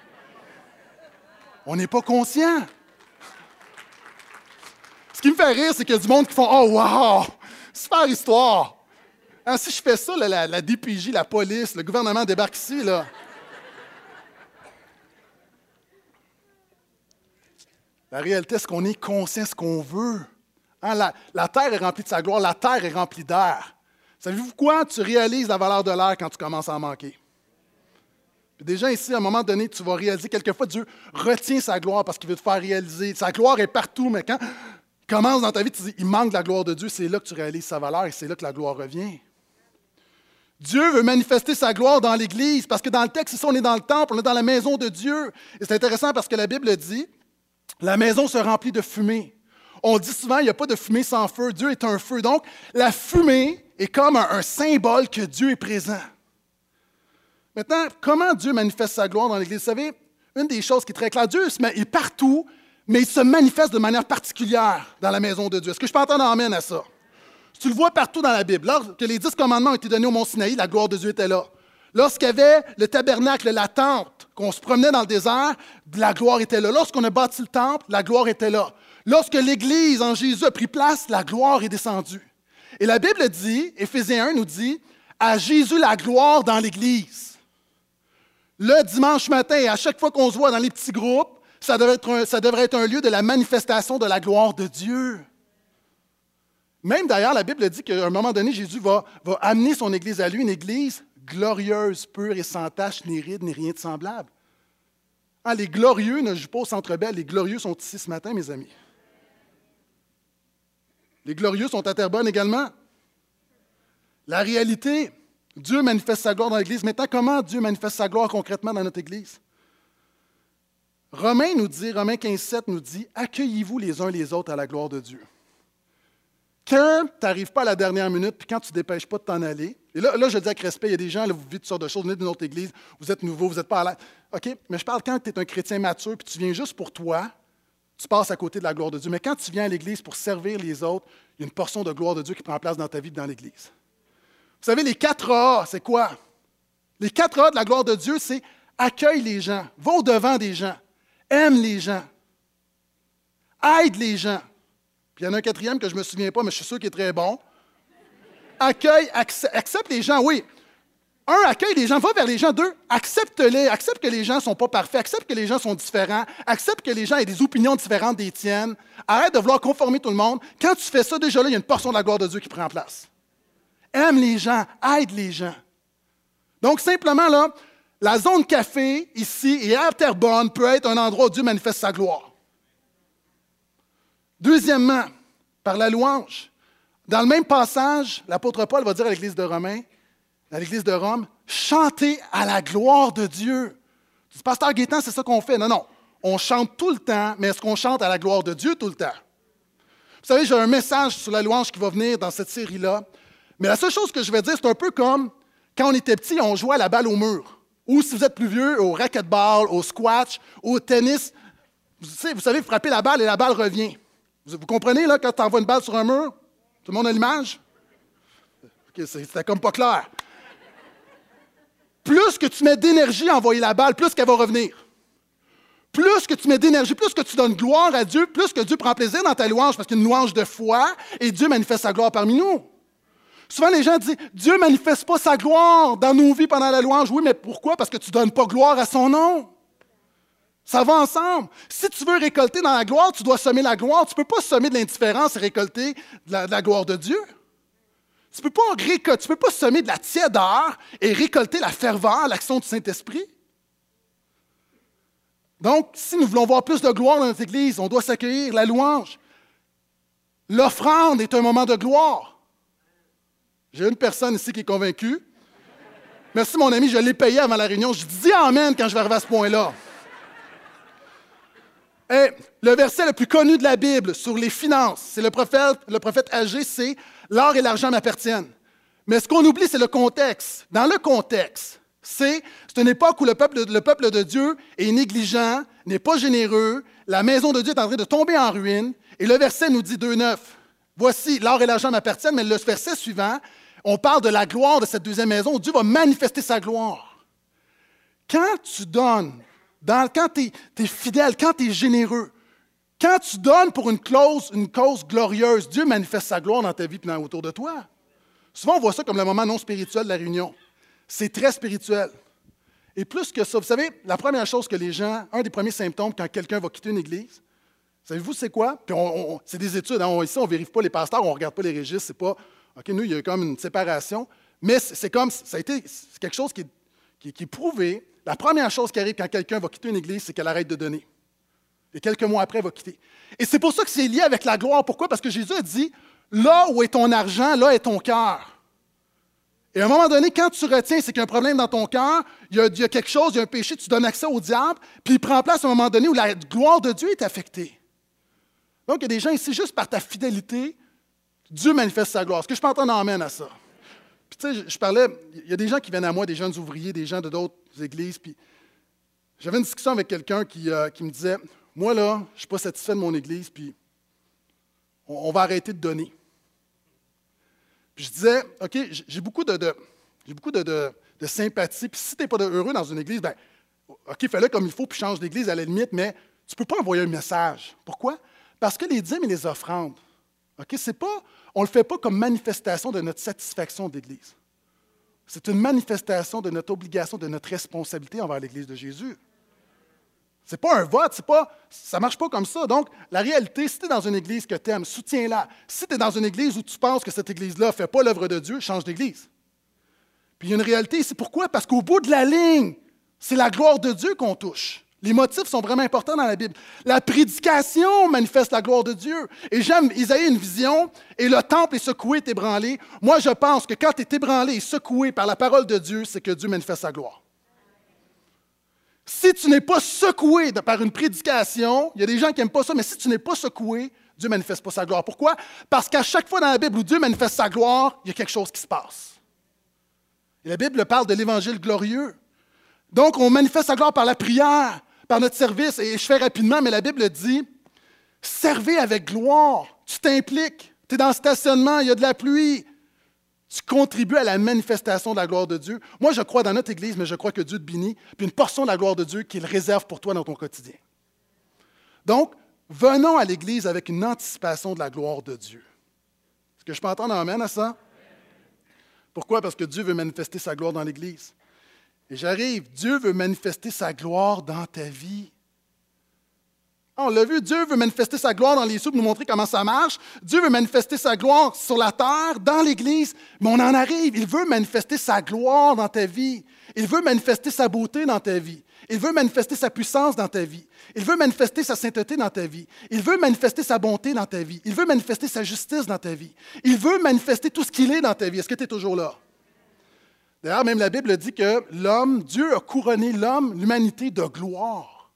On n'est pas conscient. Ce qui me fait rire, c'est qu'il y a du monde qui font « Oh, wow! Super histoire! » Hein, si je fais ça, là, la, la D P J, la police, le gouvernement débarque ici, là. La réalité, c'est qu'on est conscient de ce qu'on veut. Hein, la, la terre est remplie de sa gloire, la terre est remplie d'air. Savez-vous quoi? Tu réalises la valeur de l'air quand tu commences à en manquer. Puis déjà ici, à un moment donné, tu vas réaliser, quelquefois, Dieu retient sa gloire parce qu'il veut te faire réaliser. Sa gloire est partout, mais quand il commence dans ta vie, tu dis, il manque de la gloire de Dieu, c'est là que tu réalises sa valeur et c'est là que la gloire revient. Dieu veut manifester sa gloire dans l'Église, parce que dans le texte, ici, on est dans le temple, on est dans la maison de Dieu. Et c'est intéressant parce que la Bible dit, la maison se remplit de fumée. On dit souvent, il n'y a pas de fumée sans feu. Dieu est un feu. Donc, la fumée est comme un, un symbole que Dieu est présent. Maintenant, comment Dieu manifeste sa gloire dans l'Église? Vous savez, une des choses qui est très claire, Dieu est partout, mais il se manifeste de manière particulière dans la maison de Dieu. Est-ce que je peux entendre amène à ça? Tu le vois partout dans la Bible. Lorsque les dix commandements ont été donnés au mont Sinaï, la gloire de Dieu était là. Lorsqu'il y avait le tabernacle, la tente, qu'on se promenait dans le désert, la gloire était là. Lorsqu'on a bâti le temple, la gloire était là. Lorsque l'Église en Jésus a pris place, la gloire est descendue. Et la Bible dit, Éphésiens un nous dit, à Jésus la gloire dans l'Église. Le dimanche matin, à chaque fois qu'on se voit dans les petits groupes, ça devrait être un, ça devrait être un lieu de la manifestation de la gloire de Dieu. Même d'ailleurs, la Bible dit qu'à un moment donné, Jésus va, va amener son Église à lui, une Église glorieuse, pure et sans tache, ni ride, ni rien de semblable. Ah, les glorieux ne jouent pas au Centre Bell, les glorieux sont ici ce matin, mes amis. Les glorieux sont à Terrebonne également. La réalité, Dieu manifeste sa gloire dans l'Église. Maintenant, comment Dieu manifeste sa gloire concrètement dans notre Église? Romains nous dit, Romains quinze, sept nous dit, « Accueillez-vous les uns les autres à la gloire de Dieu. » Quand tu n'arrives pas à la dernière minute, puis quand tu ne dépêches pas de t'en aller, et là, là je dis avec respect, il y a des gens, là, vous vivez toutes sortes de choses, vous venez d'une autre église, vous êtes nouveau, vous n'êtes pas à l'aise. OK, mais je parle quand tu es un chrétien mature, puis tu viens juste pour toi, tu passes à côté de la gloire de Dieu. Mais quand tu viens à l'église pour servir les autres, il y a une portion de gloire de Dieu qui prend place dans ta vie et dans l'église. Vous savez, les quatre A, c'est quoi? Les quatre A de la gloire de Dieu, c'est accueille les gens, va au-devant des gens, aime les gens, aide les gens. Puis il y en a un quatrième que je ne me souviens pas, mais je suis sûr qu'il est très bon. Accueille, accepte, accepte les gens, oui. Un, accueille les gens, va vers les gens. Deux, accepte-les, accepte que les gens ne sont pas parfaits, accepte que les gens sont différents, accepte que les gens aient des opinions différentes des tiennes. Arrête de vouloir conformer tout le monde. Quand tu fais ça, déjà là, il y a une portion de la gloire de Dieu qui prend place. Aime les gens, aide les gens. Donc, simplement, là, la zone café, ici, et à Terrebonne, peut être un endroit où Dieu manifeste sa gloire. Deuxièmement, par la louange. Dans le même passage, l'apôtre Paul va dire à l'Église de Romains, à l'Église de Rome, chantez à la gloire de Dieu. Tu dis, Pasteur Gaétan, c'est ça qu'on fait. Non, non. On chante tout le temps, mais est-ce qu'on chante à la gloire de Dieu tout le temps? Vous savez, j'ai un message sur la louange qui va venir dans cette série-là. Mais la seule chose que je vais dire, c'est un peu comme quand on était petit, on jouait à la balle au mur. Ou si vous êtes plus vieux, au racquetball, au squash, au tennis. Vous savez, vous savez frapper la balle et la balle revient. Vous, vous comprenez, là, quand tu envoies une balle sur un mur? Tout le monde a l'image? OK, c'était comme pas clair. Plus que tu mets d'énergie à envoyer la balle, plus qu'elle va revenir. Plus que tu mets d'énergie, plus que tu donnes gloire à Dieu, plus que Dieu prend plaisir dans ta louange, parce qu'il y a une louange de foi, et Dieu manifeste sa gloire parmi nous. Souvent, les gens disent, Dieu ne manifeste pas sa gloire dans nos vies pendant la louange. Oui, mais pourquoi? Parce que tu ne donnes pas gloire à son nom. Ça va ensemble. Si tu veux récolter dans la gloire, tu dois semer la gloire. Tu ne peux pas semer de l'indifférence et récolter de la, de la gloire de Dieu. Tu ne peux, peux pas semer de la tiédeur et récolter la ferveur, l'action du Saint-Esprit. Donc, si nous voulons voir plus de gloire dans notre Église, on doit s'accueillir, la louange. L'offrande est un moment de gloire. J'ai une personne ici qui est convaincue. Merci, mon ami, je l'ai payé avant la réunion. Je dis amen quand je vais arriver à ce point-là. Et le verset le plus connu de la Bible sur les finances, c'est le prophète, le prophète Agé, c'est « L'or et l'argent m'appartiennent ». Mais ce qu'on oublie, c'est le contexte. Dans le contexte, c'est, c'est une époque où le peuple, le peuple de Dieu est négligent, n'est pas généreux, la maison de Dieu est en train de tomber en ruine, et le verset nous dit deux neuf. Voici, l'or et l'argent m'appartiennent, mais le verset suivant, on parle de la gloire de cette deuxième maison, où Dieu va manifester sa gloire. Quand tu donnes, dans, quand tu es fidèle, quand tu es généreux, quand tu donnes pour une cause, une cause glorieuse, Dieu manifeste sa gloire dans ta vie et dans, autour de toi. Souvent, on voit ça comme le moment non spirituel de la réunion. C'est très spirituel. Et plus que ça, vous savez, la première chose que les gens, un des premiers symptômes quand quelqu'un va quitter une église, savez-vous c'est quoi? Puis on, on, c'est des études. Hein? On, ici, on ne vérifie pas les pasteurs, on ne regarde pas les registres. C'est pas, OK, nous, il y a comme une séparation. Mais c'est, c'est comme, ça a été c'est quelque chose qui est, qui, qui est prouvé. La première chose qui arrive quand quelqu'un va quitter une église, c'est qu'elle arrête de donner. Et quelques mois après, elle va quitter. Et c'est pour ça que c'est lié avec la gloire. Pourquoi? Parce que Jésus a dit, là où est ton argent, là est ton cœur. Et à un moment donné, quand tu retiens, c'est qu'il y a un problème dans ton cœur, il y a, il y a quelque chose, il y a un péché, tu donnes accès au diable, puis il prend place à un moment donné où la gloire de Dieu est affectée. Donc, il y a des gens ici, juste par ta fidélité, Dieu manifeste sa gloire. Est-ce que je peux entendre un amen à ça? Puis tu sais, je, je parlais, il y a des gens qui viennent à moi, des jeunes ouvriers, des gens de d'autres églises, puis j'avais une discussion avec quelqu'un qui, euh, qui me disait, moi là, je ne suis pas satisfait de mon église, puis on, on va arrêter de donner. Puis je disais, OK, j'ai beaucoup de, de, j'ai beaucoup de, de, de sympathie, puis si tu n'es pas heureux dans une église, bien, OK, fais-le comme il faut, puis change d'église à la limite, mais tu ne peux pas envoyer un message. Pourquoi? Parce que les dîmes et les offrandes, OK, c'est pas, on ne le fait pas comme manifestation de notre satisfaction d'Église. C'est une manifestation de notre obligation, de notre responsabilité envers l'Église de Jésus. Ce n'est pas un vote, c'est pas, ça ne marche pas comme ça. Donc, la réalité, si tu es dans une Église que tu aimes, soutiens-la. Si tu es dans une Église où tu penses que cette Église-là ne fait pas l'œuvre de Dieu, change d'Église. Puis il y a une réalité ici. Pourquoi? Parce qu'au bout de la ligne, c'est la gloire de Dieu qu'on touche. Les motifs sont vraiment importants dans la Bible. La prédication manifeste la gloire de Dieu. Et j'aime, Isaïe a une vision, et le temple est secoué, est ébranlé. Moi, je pense que quand tu es ébranlé et secoué par la parole de Dieu, c'est que Dieu manifeste sa gloire. Si tu n'es pas secoué par une prédication, il y a des gens qui n'aiment pas ça, mais si tu n'es pas secoué, Dieu ne manifeste pas sa gloire. Pourquoi? Parce qu'à chaque fois dans la Bible où Dieu manifeste sa gloire, il y a quelque chose qui se passe. Et la Bible parle de l'Évangile glorieux. Donc, on manifeste sa gloire par la prière, par notre service, et je fais rapidement, mais la Bible dit, servez avec gloire, tu t'impliques, tu es dans le stationnement, il y a de la pluie, tu contribues à la manifestation de la gloire de Dieu. Moi, je crois dans notre Église, mais je crois que Dieu te bénit, puis une portion de la gloire de Dieu qu'il réserve pour toi dans ton quotidien. Donc, venons à l'Église avec une anticipation de la gloire de Dieu. Est-ce que je peux entendre un amen à ça? Pourquoi? Parce que Dieu veut manifester sa gloire dans l'Église. Et j'arrive, Dieu veut manifester sa gloire dans ta vie. On l'a vu, Dieu veut manifester sa gloire dans les cieux pour nous montrer comment ça marche. Dieu veut manifester sa gloire sur la terre, dans l'Église. Mais on en arrive, il veut manifester sa gloire dans ta vie. Il veut manifester sa beauté dans ta vie. Il veut manifester sa puissance dans ta vie. Il veut manifester sa sainteté dans ta vie. Il veut manifester sa bonté dans ta vie. Il veut manifester sa justice dans ta vie. Il veut manifester tout ce qu'il est dans ta vie. Est-ce que tu es toujours là? D'ailleurs, même la Bible dit que l'homme, Dieu a couronné l'homme, l'humanité de gloire.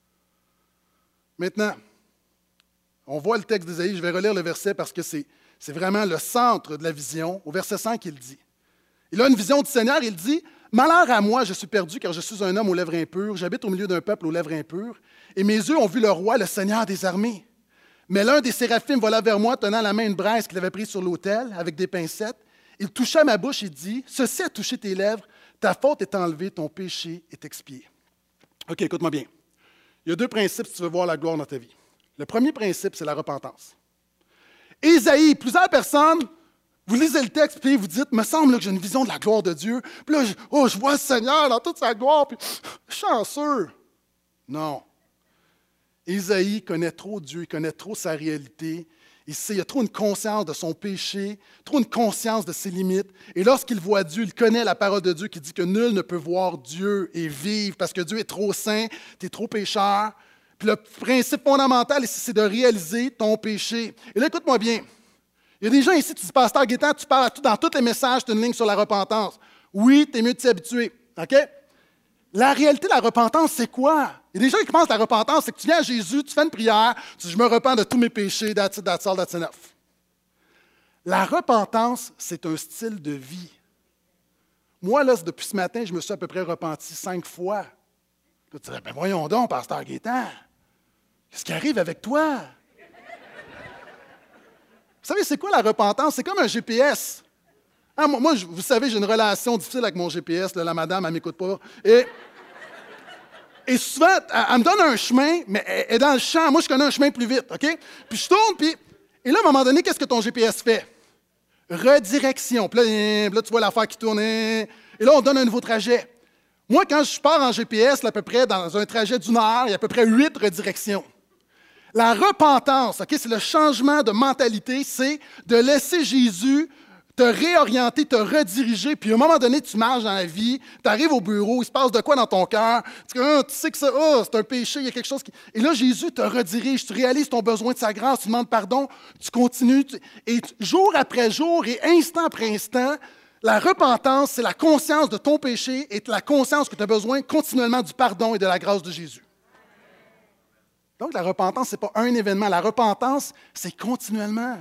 Maintenant, on voit le texte d'Ésaïe, je vais relire le verset parce que c'est, c'est vraiment le centre de la vision. Au verset cinq, il dit. Il a une vision du Seigneur, il dit, « Malheur à moi, je suis perdu car je suis un homme aux lèvres impures, j'habite au milieu d'un peuple aux lèvres impures, et mes yeux ont vu le roi, le Seigneur des armées. Mais l'un des séraphim vola vers moi, tenant la main une braise qu'il avait prise sur l'autel avec des pincettes. Il toucha ma bouche et dit, « Ceci a touché tes lèvres, ta faute est enlevée, ton péché est expié. » OK, écoute-moi bien. Il y a deux principes si tu veux voir la gloire dans ta vie. Le premier principe, c'est la repentance. Ésaïe, plusieurs personnes, vous lisez le texte, puis vous dites, « Me semble là, que j'ai une vision de la gloire de Dieu. » Puis là, je, oh, je vois le Seigneur dans toute sa gloire, puis chanceux. Non. Ésaïe connaît trop Dieu, il connaît trop sa réalité. Il sait, il a trop une conscience de son péché, trop une conscience de ses limites. Et lorsqu'il voit Dieu, il connaît la parole de Dieu qui dit que nul ne peut voir Dieu et vivre parce que Dieu est trop saint, tu es trop pécheur. Puis le principe fondamental ici, c'est de réaliser ton péché. Et là, écoute-moi bien. Il y a des gens ici, tu dis, Pasteur Gaétan, tu parles à tout, dans tous les messages, tu as une ligne sur la repentance. Oui, tu es mieux de t'y habituer. OK? La réalité de la repentance, c'est quoi? Il y a des gens qui pensent que la repentance, c'est que tu viens à Jésus, tu fais une prière, tu dis, je me repens de tous mes péchés, that's it, that's all, that's enough. La repentance, c'est un style de vie. Moi, là, depuis ce matin, je me suis à peu près repenti cinq fois. Là, tu dirais, ben voyons donc, Pasteur Gaétan, qu'est-ce qui arrive avec toi? Vous savez, c'est quoi la repentance? C'est comme un G P S. Ah, moi, moi je, vous savez, j'ai une relation difficile avec mon G P S. Là, la madame, elle ne m'écoute pas. Et, et souvent, elle, elle me donne un chemin, mais elle est dans le champ. Moi, je connais un chemin plus vite, OK? Puis je tourne, puis... Et là, à un moment donné, qu'est-ce que ton G P S fait? Redirection. Puis là, là tu vois l'affaire qui tourne. Et là, on donne un nouveau trajet. Moi, quand je pars en G P S, là, à peu près, dans un trajet d'une heure, il y a à peu près huit redirections. La repentance, okay, c'est le changement de mentalité, c'est de laisser Jésus te réorienter, te rediriger, puis à un moment donné, tu marches dans la vie, tu arrives au bureau, il se passe de quoi dans ton cœur, tu, oh, tu sais que ça, oh, c'est un péché, il y a quelque chose qui... Et là, Jésus te redirige, tu réalises ton besoin de sa grâce, tu demandes pardon, tu continues, tu... et jour après jour et instant après instant, la repentance, c'est la conscience de ton péché et la conscience que tu as besoin continuellement du pardon et de la grâce de Jésus. Donc, la repentance, ce n'est pas un événement. La repentance, c'est continuellement.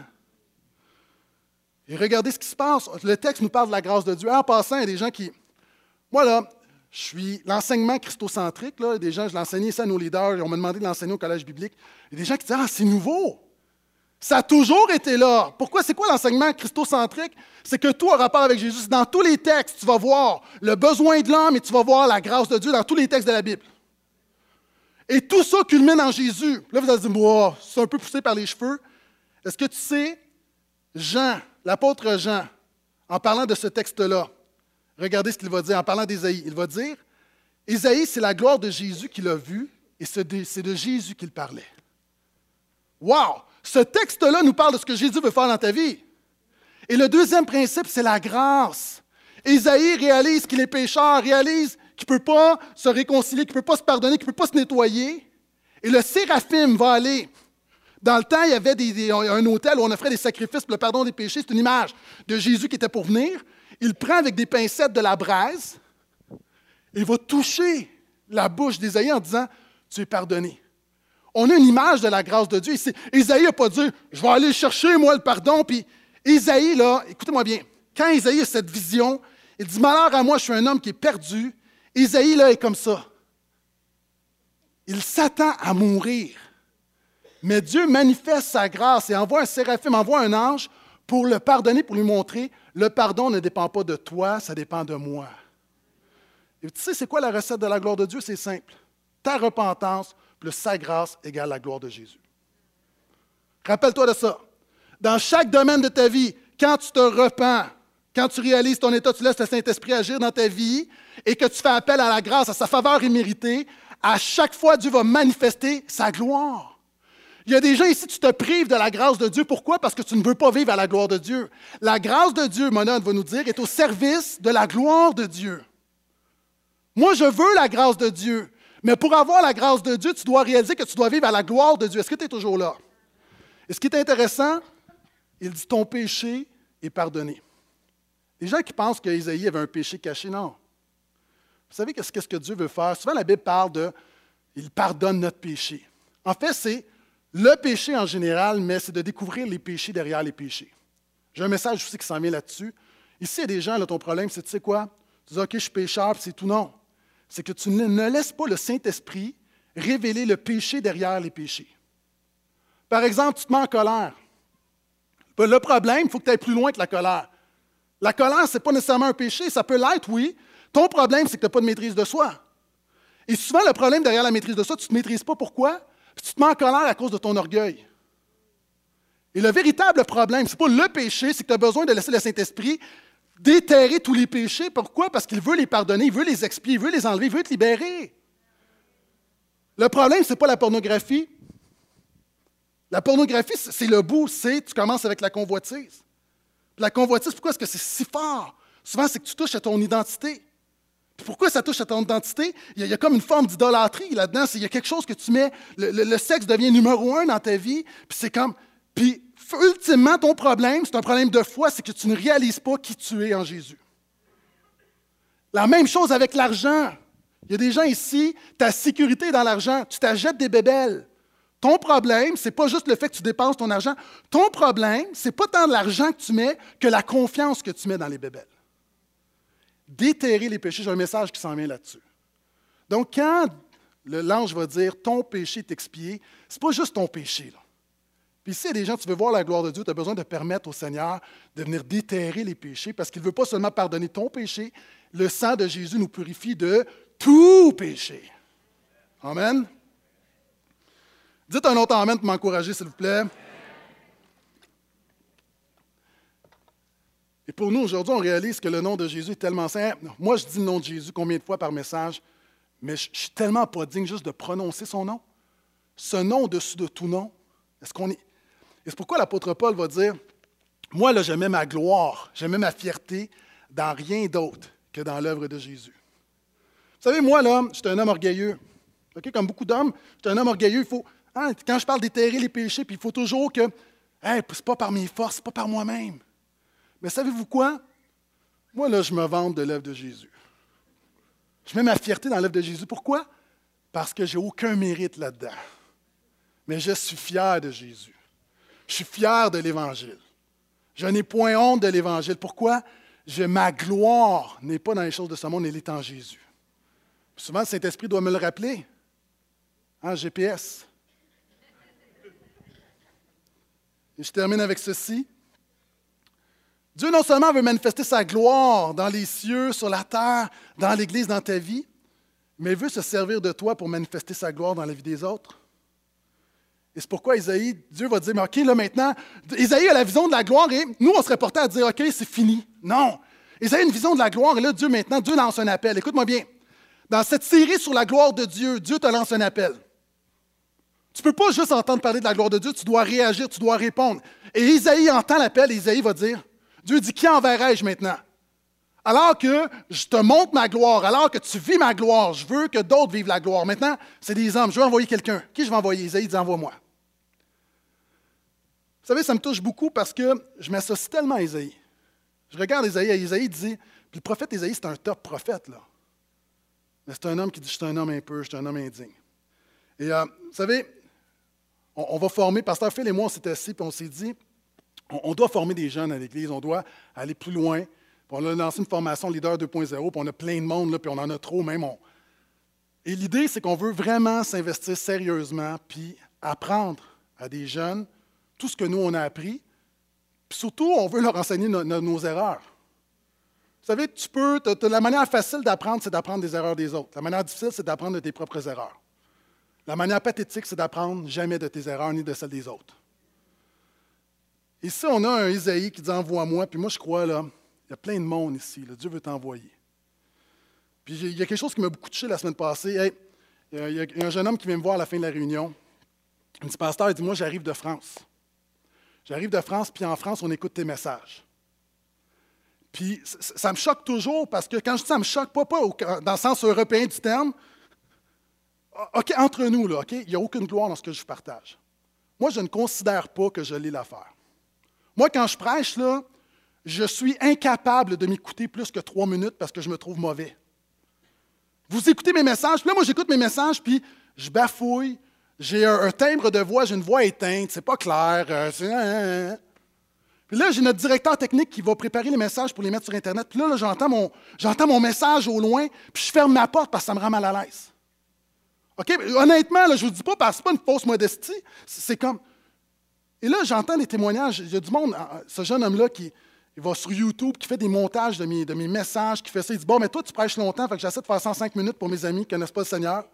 Et regardez ce qui se passe. Le texte nous parle de la grâce de Dieu. En passant, il y a des gens qui... Moi, là, je suis l'enseignement christocentrique. Là, des gens, je l'ai enseigné ça à nos leaders. On m'a demandé de l'enseigner au collège biblique. Il y a des gens qui disent « Ah, c'est nouveau! » Ça a toujours été là. Pourquoi? C'est quoi l'enseignement christocentrique? C'est que tout a rapport avec Jésus. Dans tous les textes, tu vas voir le besoin de l'homme et tu vas voir la grâce de Dieu dans tous les textes de la Bible. Et tout ça culmine en Jésus. Là, vous allez dire, wow, c'est un peu poussé par les cheveux. Est-ce que tu sais, Jean, l'apôtre Jean, en parlant de ce texte-là, regardez ce qu'il va dire, en parlant d'Ésaïe. Il va dire, Ésaïe, c'est la gloire de Jésus qu'il a vue, et c'est de Jésus qu'il parlait. Wow! Ce texte-là nous parle de ce que Jésus veut faire dans ta vie. Et le deuxième principe, c'est la grâce. Ésaïe réalise qu'il est pécheur, réalise qu'il ne peut pas se réconcilier, qu'il ne peut pas se pardonner, qu'il ne peut pas se nettoyer. Et le séraphim va aller. Dans le temps, il y avait des, des, un hôtel où on offrait des sacrifices pour le pardon des péchés. C'est une image de Jésus qui était pour venir. Il prend avec des pincettes de la braise et il va toucher la bouche d'Ésaïe en disant « Tu es pardonné ». On a une image de la grâce de Dieu. Ésaïe n'a pas dit « Je vais aller chercher, moi, le pardon ». Puis Ésaïe, là, écoutez-moi bien, quand Ésaïe a cette vision, il dit « Malheur à moi, je suis un homme qui est perdu ». Ésaïe, là, est comme ça. Il s'attend à mourir. Mais Dieu manifeste sa grâce et envoie un séraphim, envoie un ange pour le pardonner, pour lui montrer, le pardon ne dépend pas de toi, ça dépend de moi. Et tu sais, c'est quoi la recette de la gloire de Dieu? C'est simple. Ta repentance plus sa grâce égale la gloire de Jésus. Rappelle-toi de ça. Dans chaque domaine de ta vie, quand tu te repens, quand tu réalises ton état, tu laisses le Saint-Esprit agir dans ta vie et que tu fais appel à la grâce, à sa faveur imméritée, à chaque fois, Dieu va manifester sa gloire. Il y a des gens ici, tu te prives de la grâce de Dieu. Pourquoi? Parce que tu ne veux pas vivre à la gloire de Dieu. La grâce de Dieu, Mona va nous dire, est au service de la gloire de Dieu. Moi, je veux la grâce de Dieu. Mais pour avoir la grâce de Dieu, tu dois réaliser que tu dois vivre à la gloire de Dieu. Est-ce que tu es toujours là? Et ce qui est intéressant, il dit, ton péché est pardonné. Les gens qui pensent qu'Ésaïe avait un péché caché, non. Vous savez qu'est-ce que Dieu veut faire? Souvent, la Bible parle de « il pardonne notre péché ». En fait, c'est le péché en général, mais c'est de découvrir les péchés derrière les péchés. J'ai un message aussi qui s'en vient là-dessus. Ici, il y a des gens, là, ton problème, c'est, tu sais quoi? Tu dis, OK, je suis pécheur, puis c'est tout. Non. C'est que tu ne laisses pas le Saint-Esprit révéler le péché derrière les péchés. Par exemple, tu te mets en colère. Le problème, il faut que tu ailles plus loin que la colère. La colère, ce n'est pas nécessairement un péché. Ça peut l'être, oui. Ton problème, c'est que tu n'as pas de maîtrise de soi. Et souvent, le problème derrière la maîtrise de soi, tu ne te maîtrises pas. Pourquoi? Puis tu te mets en colère à cause de ton orgueil. Et le véritable problème, ce n'est pas le péché, c'est que tu as besoin de laisser le Saint-Esprit déterrer tous les péchés. Pourquoi? Parce qu'il veut les pardonner, il veut les expier, il veut les enlever, il veut te libérer. Le problème, ce n'est pas la pornographie. La pornographie, c'est le bout, c'est, tu commences avec la convoitise. Puis la convoitise, pourquoi est-ce que c'est si fort? Souvent, c'est que tu touches à ton identité. Puis pourquoi ça touche à ton identité? Il y a, il y a comme une forme d'idolâtrie là-dedans. Il y a quelque chose que tu mets, le, le, le sexe devient numéro un dans ta vie, puis c'est comme, puis ultimement, ton problème, c'est un problème de foi, c'est que tu ne réalises pas qui tu es en Jésus. La même chose avec l'argent. Il y a des gens ici, ta sécurité est dans l'argent, tu t'achètes des bébelles. Ton problème, ce n'est pas juste le fait que tu dépenses ton argent. Ton problème, ce n'est pas tant de l'argent que tu mets que la confiance que tu mets dans les bébelles. Déterrer les péchés, j'ai un message qui s'en vient là-dessus. Donc, quand l'ange va dire « ton péché est expié », ce n'est pas juste ton péché. Là. Puis ici, il y a des gens, tu veux voir la gloire de Dieu, tu as besoin de permettre au Seigneur de venir déterrer les péchés parce qu'il ne veut pas seulement pardonner ton péché, le sang de Jésus nous purifie de tout péché. Amen. Dites un autre amen pour m'encourager, s'il vous plaît. Et pour nous, aujourd'hui, on réalise que le nom de Jésus est tellement saint. Moi, je dis le nom de Jésus combien de fois par message, mais je ne suis tellement pas digne juste de prononcer son nom. Ce nom au-dessus de tout nom. Est-ce qu'on est... Et c'est pourquoi l'apôtre Paul va dire, moi, là, je mets ma gloire, je mets ma fierté dans rien d'autre que dans l'œuvre de Jésus. Vous savez, moi, là, je suis un homme orgueilleux. Okay? Comme beaucoup d'hommes, je suis un homme orgueilleux. Il faut, hein, quand je parle d'éterrer les péchés, puis il faut toujours que, hey, c'est pas par mes forces, c'est pas par moi-même. Mais savez-vous quoi? Moi, là, je me vante de l'œuvre de Jésus. Je mets ma fierté dans l'œuvre de Jésus. Pourquoi? Parce que je n'ai aucun mérite là-dedans. Mais je suis fier de Jésus. Je suis fier de l'Évangile. Je n'ai point honte de l'Évangile. Pourquoi? Je, ma gloire n'est pas dans les choses de ce monde, elle est en Jésus. Puis souvent, le Saint-Esprit doit me le rappeler. Hein, G P S. Et je termine avec ceci. Dieu non seulement veut manifester sa gloire dans les cieux, sur la terre, dans l'Église, dans ta vie, mais il veut se servir de toi pour manifester sa gloire dans la vie des autres. Et c'est pourquoi Isaïe, Dieu va dire, mais OK, là maintenant, Isaïe a la vision de la gloire et nous, on serait portés à dire, OK, c'est fini. Non. Isaïe a une vision de la gloire et là, Dieu maintenant, Dieu lance un appel. Écoute-moi bien. Dans cette série sur la gloire de Dieu, Dieu te lance un appel. Tu ne peux pas juste entendre parler de la gloire de Dieu, tu dois réagir, tu dois répondre. Et Isaïe entend l'appel et Isaïe va dire, Dieu dit, qui enverrai-je maintenant? Alors que je te montre ma gloire, alors que tu vis ma gloire, je veux que d'autres vivent la gloire. Maintenant, c'est des hommes, je veux envoyer quelqu'un. Qui je vais envoyer? Isaïe dit, envoie-moi. Vous savez, ça me touche beaucoup parce que je m'associe tellement à Isaïe. Je regarde Isaïe, et Isaïe dit, puis le prophète Isaïe, c'est un top prophète, là. Mais c'est un homme qui dit, je suis un homme impur, je suis un homme indigne. Et euh, vous savez, on, on va former, Pasteur Phil et moi, on s'est assis, puis on s'est dit, on, on doit former des jeunes à l'Église, on doit aller plus loin. Puis on a lancé une formation Leader deux point zéro, puis on a plein de monde, là, puis on en a trop même. On... Et l'idée, c'est qu'on veut vraiment s'investir sérieusement, puis apprendre à des jeunes tout ce que nous, on a appris. Puis surtout, on veut leur enseigner no, no, nos erreurs. Vous savez, tu peux, t'as, t'as, la manière facile d'apprendre, c'est d'apprendre des erreurs des autres. La manière difficile, c'est d'apprendre de tes propres erreurs. La manière pathétique, c'est d'apprendre jamais de tes erreurs ni de celles des autres. Ici, on a un Isaïe qui dit « Envoie-moi », puis moi, je crois, là, il y a plein de monde ici, là, Dieu veut t'envoyer. Puis il y a quelque chose qui m'a beaucoup touché la semaine passée. Hey, il, y a, il y a un jeune homme qui vient me voir à la fin de la réunion. Il me dit « Pasteur, il dit, moi, j'arrive de France. J'arrive de France, puis en France, on écoute tes messages. » Puis ça, ça me choque toujours parce que quand je dis ça me choque, pas, pas au, dans le sens européen du terme, OK, entre nous, là, OK, il n'y a aucune gloire dans ce que je partage. Moi, je ne considère pas que je l'ai l'affaire. Moi, quand je prêche, là, je suis incapable de m'écouter plus que trois minutes parce que je me trouve mauvais. Vous écoutez mes messages, puis là, moi, j'écoute mes messages, puis je bafouille, j'ai un, un timbre de voix, j'ai une voix éteinte, c'est pas clair, euh, c'est... Puis là, j'ai notre directeur technique qui va préparer les messages pour les mettre sur Internet. Puis là, là j'entends, mon, j'entends mon message au loin, puis je ferme ma porte parce que ça me rend mal à l'aise. OK? Honnêtement, là, je ne vous dis pas parce que ce n'est pas une fausse modestie. C'est comme... Et là, j'entends des témoignages. Il y a du monde, ce jeune homme-là, qui il va sur YouTube, qui fait des montages de mes, de mes messages, qui fait ça. Il dit, bon, mais toi, tu prêches longtemps, fait que j'essaie de faire cent cinq minutes pour mes amis qui ne connaissent pas le Seigneur.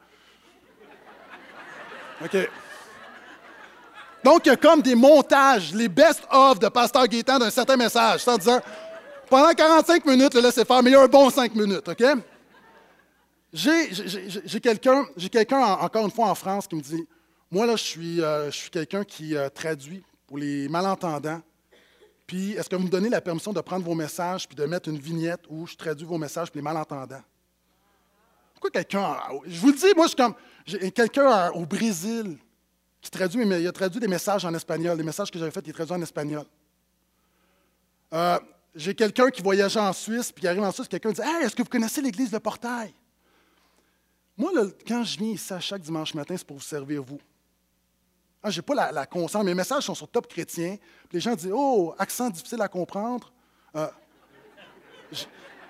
OK. Donc, il y a comme des montages, les best-of de Pasteur Gaétan d'un certain message, en disant, pendant quarante-cinq minutes, le laissez faire, mais il y a un bon cinq minutes, OK? J'ai, j'ai, j'ai quelqu'un, j'ai quelqu'un, encore une fois, en France, qui me dit, Moi, là, je suis, euh, je suis quelqu'un qui euh, traduit pour les malentendants. Puis, est-ce que vous me donnez la permission de prendre vos messages puis de mettre une vignette où je traduis vos messages pour les malentendants? Pourquoi quelqu'un... Je vous le dis, moi, je suis comme... J'ai quelqu'un au Brésil qui traduit, mais il a traduit des messages en espagnol. Les messages que j'avais faits, il est traduit en espagnol. Euh, j'ai quelqu'un qui voyageait en Suisse, puis qui arrive en Suisse, quelqu'un dit « Hey, est-ce que vous connaissez l'église de Portail? » Moi, là, quand je viens ici à chaque dimanche matin, c'est pour vous servir, vous. Ah, je n'ai pas la, la conscience. Mes messages sont sur Top Chrétien. Puis les gens disent « Oh, accent difficile à comprendre. Euh, » je...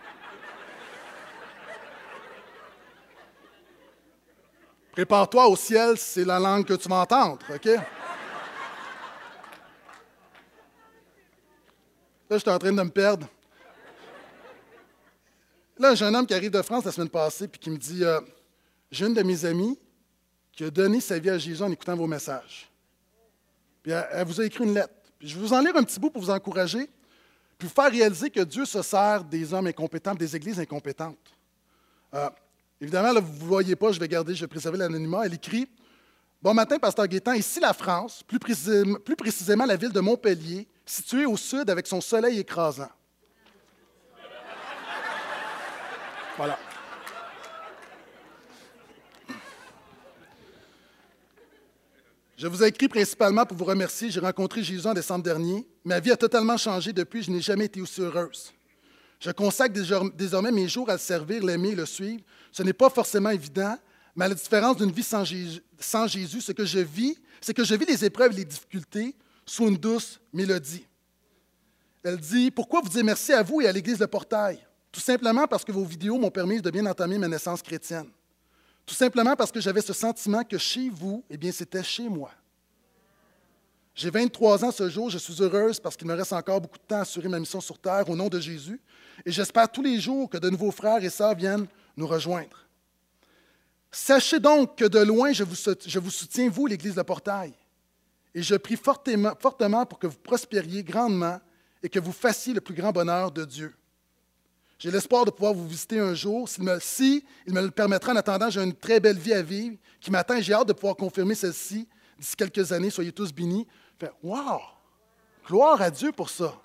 Prépare-toi au ciel, c'est la langue que tu vas entendre, OK? Là, je suis en train de me perdre. Là, j'ai un homme qui arrive de France la semaine passée puis qui me dit euh, « J'ai une de mes amies qui a donné sa vie à Jésus en écoutant vos messages. Puis elle, elle vous a écrit une lettre. Puis je vais vous en lire un petit bout pour vous encourager, puis vous faire réaliser que Dieu se sert des hommes incompétents, des églises incompétentes. Euh, évidemment, là, vous ne voyez pas, je vais garder, je vais préserver l'anonymat. Elle écrit « Bon matin, Pasteur Gaétan, ici la France, plus précisément, plus précisément la ville de Montpellier, située au sud avec son soleil écrasant. » Voilà. Je vous ai écrit principalement pour vous remercier. J'ai rencontré Jésus en décembre dernier. Ma vie a totalement changé depuis. Je n'ai jamais été aussi heureuse. Je consacre désormais mes jours à le servir, l'aimer, le suivre. Ce n'est pas forcément évident, mais à la différence d'une vie sans Jésus, sans Jésus, ce que je vis, c'est que je vis les épreuves et les difficultés sous une douce mélodie. Elle dit « Pourquoi vous dire merci à vous et à l'Église de Portail? Tout simplement parce que vos vidéos m'ont permis de bien entamer ma naissance chrétienne. Tout simplement parce que j'avais ce sentiment que chez vous, eh bien, c'était chez moi. J'ai vingt-trois ans ce jour, je suis heureuse parce qu'il me reste encore beaucoup de temps à assurer ma mission sur terre au nom de Jésus, et j'espère tous les jours que de nouveaux frères et sœurs viennent nous rejoindre. Sachez donc que de loin, je vous, je vous soutiens, vous, l'Église de Portail, et je prie fortement, fortement pour que vous prospériez grandement et que vous fassiez le plus grand bonheur de Dieu. J'ai l'espoir de pouvoir vous visiter un jour. S'il me, si il me le permettra, en attendant, j'ai une très belle vie à vivre qui m'attend et j'ai hâte de pouvoir confirmer celle-ci d'ici quelques années. Soyez tous bénis. Fait, wow! Gloire à Dieu pour ça.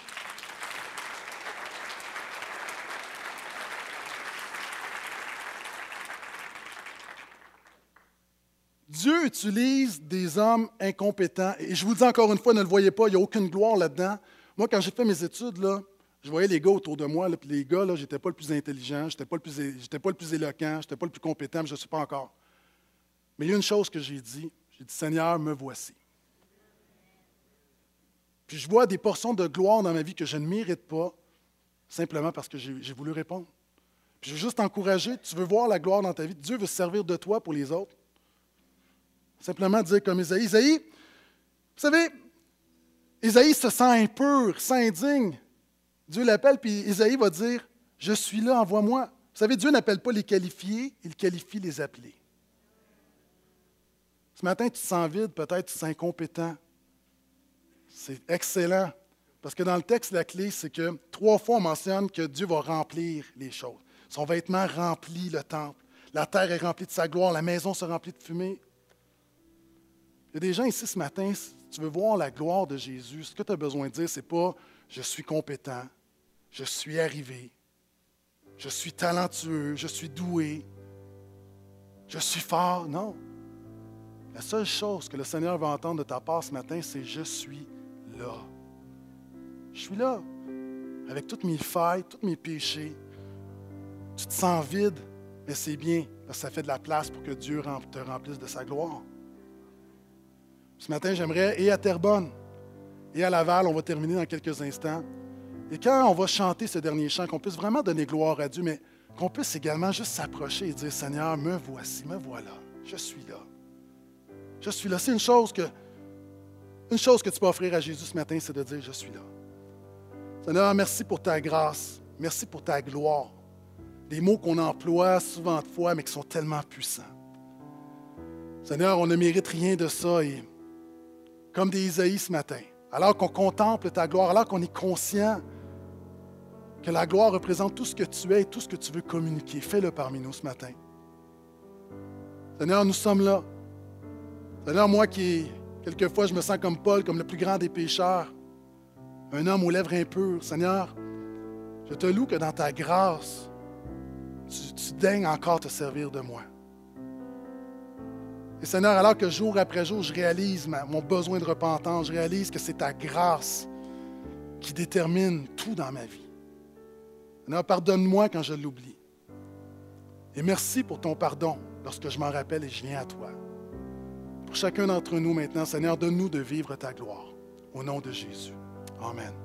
Dieu utilise des hommes incompétents. Et je vous le dis encore une fois, ne le voyez pas, il n'y a aucune gloire là-dedans. Moi, quand j'ai fait mes études, là, je voyais les gars autour de moi, là, puis les gars, je n'étais pas le plus intelligent, je n'étais pas, pas le plus éloquent, je n'étais pas le plus compétent, mais je ne suis pas encore. Mais il y a une chose que j'ai dit, j'ai dit, Seigneur, me voici. Puis je vois des portions de gloire dans ma vie que je ne mérite pas, simplement parce que j'ai voulu répondre. Puis je veux juste t'encourager, tu veux voir la gloire dans ta vie, Dieu veut se servir de toi pour les autres. Simplement dire comme Isaïe, Isaïe, vous savez, Isaïe se sent impur, se sent indigne. Dieu l'appelle, puis Isaïe va dire, « Je suis là, envoie-moi. » Vous savez, Dieu n'appelle pas les qualifiés, il qualifie les appelés. Ce matin, tu te sens vide, peut-être tu te sens incompétent. C'est excellent, parce que dans le texte, la clé, c'est que trois fois, on mentionne que Dieu va remplir les choses. Son vêtement remplit le temple. La terre est remplie de sa gloire, la maison se remplit de fumée. Il y a des gens ici ce matin, si tu veux voir la gloire de Jésus, ce que tu as besoin de dire, ce n'est pas « je suis compétent, je suis arrivé, je suis talentueux, je suis doué, je suis fort ». Non. La seule chose que le Seigneur va entendre de ta part ce matin, c'est « je suis là ». Je suis là, avec toutes mes failles, tous mes péchés. Tu te sens vide, mais c'est bien, parce que ça fait de la place pour que Dieu te remplisse de sa gloire. Ce matin, j'aimerais, et à Terrebonne, et à Laval, on va terminer dans quelques instants. Et quand on va chanter ce dernier chant, qu'on puisse vraiment donner gloire à Dieu, mais qu'on puisse également juste s'approcher et dire, Seigneur, me voici, me voilà, je suis là. Je suis là. C'est une chose que, une chose que tu peux offrir à Jésus ce matin, c'est de dire, je suis là. Seigneur, merci pour ta grâce, merci pour ta gloire. Des mots qu'on emploie souvent de fois, mais qui sont tellement puissants. Seigneur, on ne mérite rien de ça, et comme des Isaïe ce matin, alors qu'on contemple ta gloire, alors qu'on est conscient que la gloire représente tout ce que tu es et tout ce que tu veux communiquer. Fais-le parmi nous ce matin. Seigneur, nous sommes là. Seigneur, moi qui, quelquefois, je me sens comme Paul, comme le plus grand des pécheurs, un homme aux lèvres impures. Seigneur, je te loue que dans ta grâce, tu, tu daignes encore te servir de moi. Et Seigneur, alors que jour après jour, je réalise ma, mon besoin de repentance, je réalise que c'est ta grâce qui détermine tout dans ma vie. Seigneur, pardonne-moi quand je l'oublie. Et merci pour ton pardon lorsque je m'en rappelle et je viens à toi. Pour chacun d'entre nous maintenant, Seigneur, donne-nous de vivre ta gloire. Au nom de Jésus. Amen.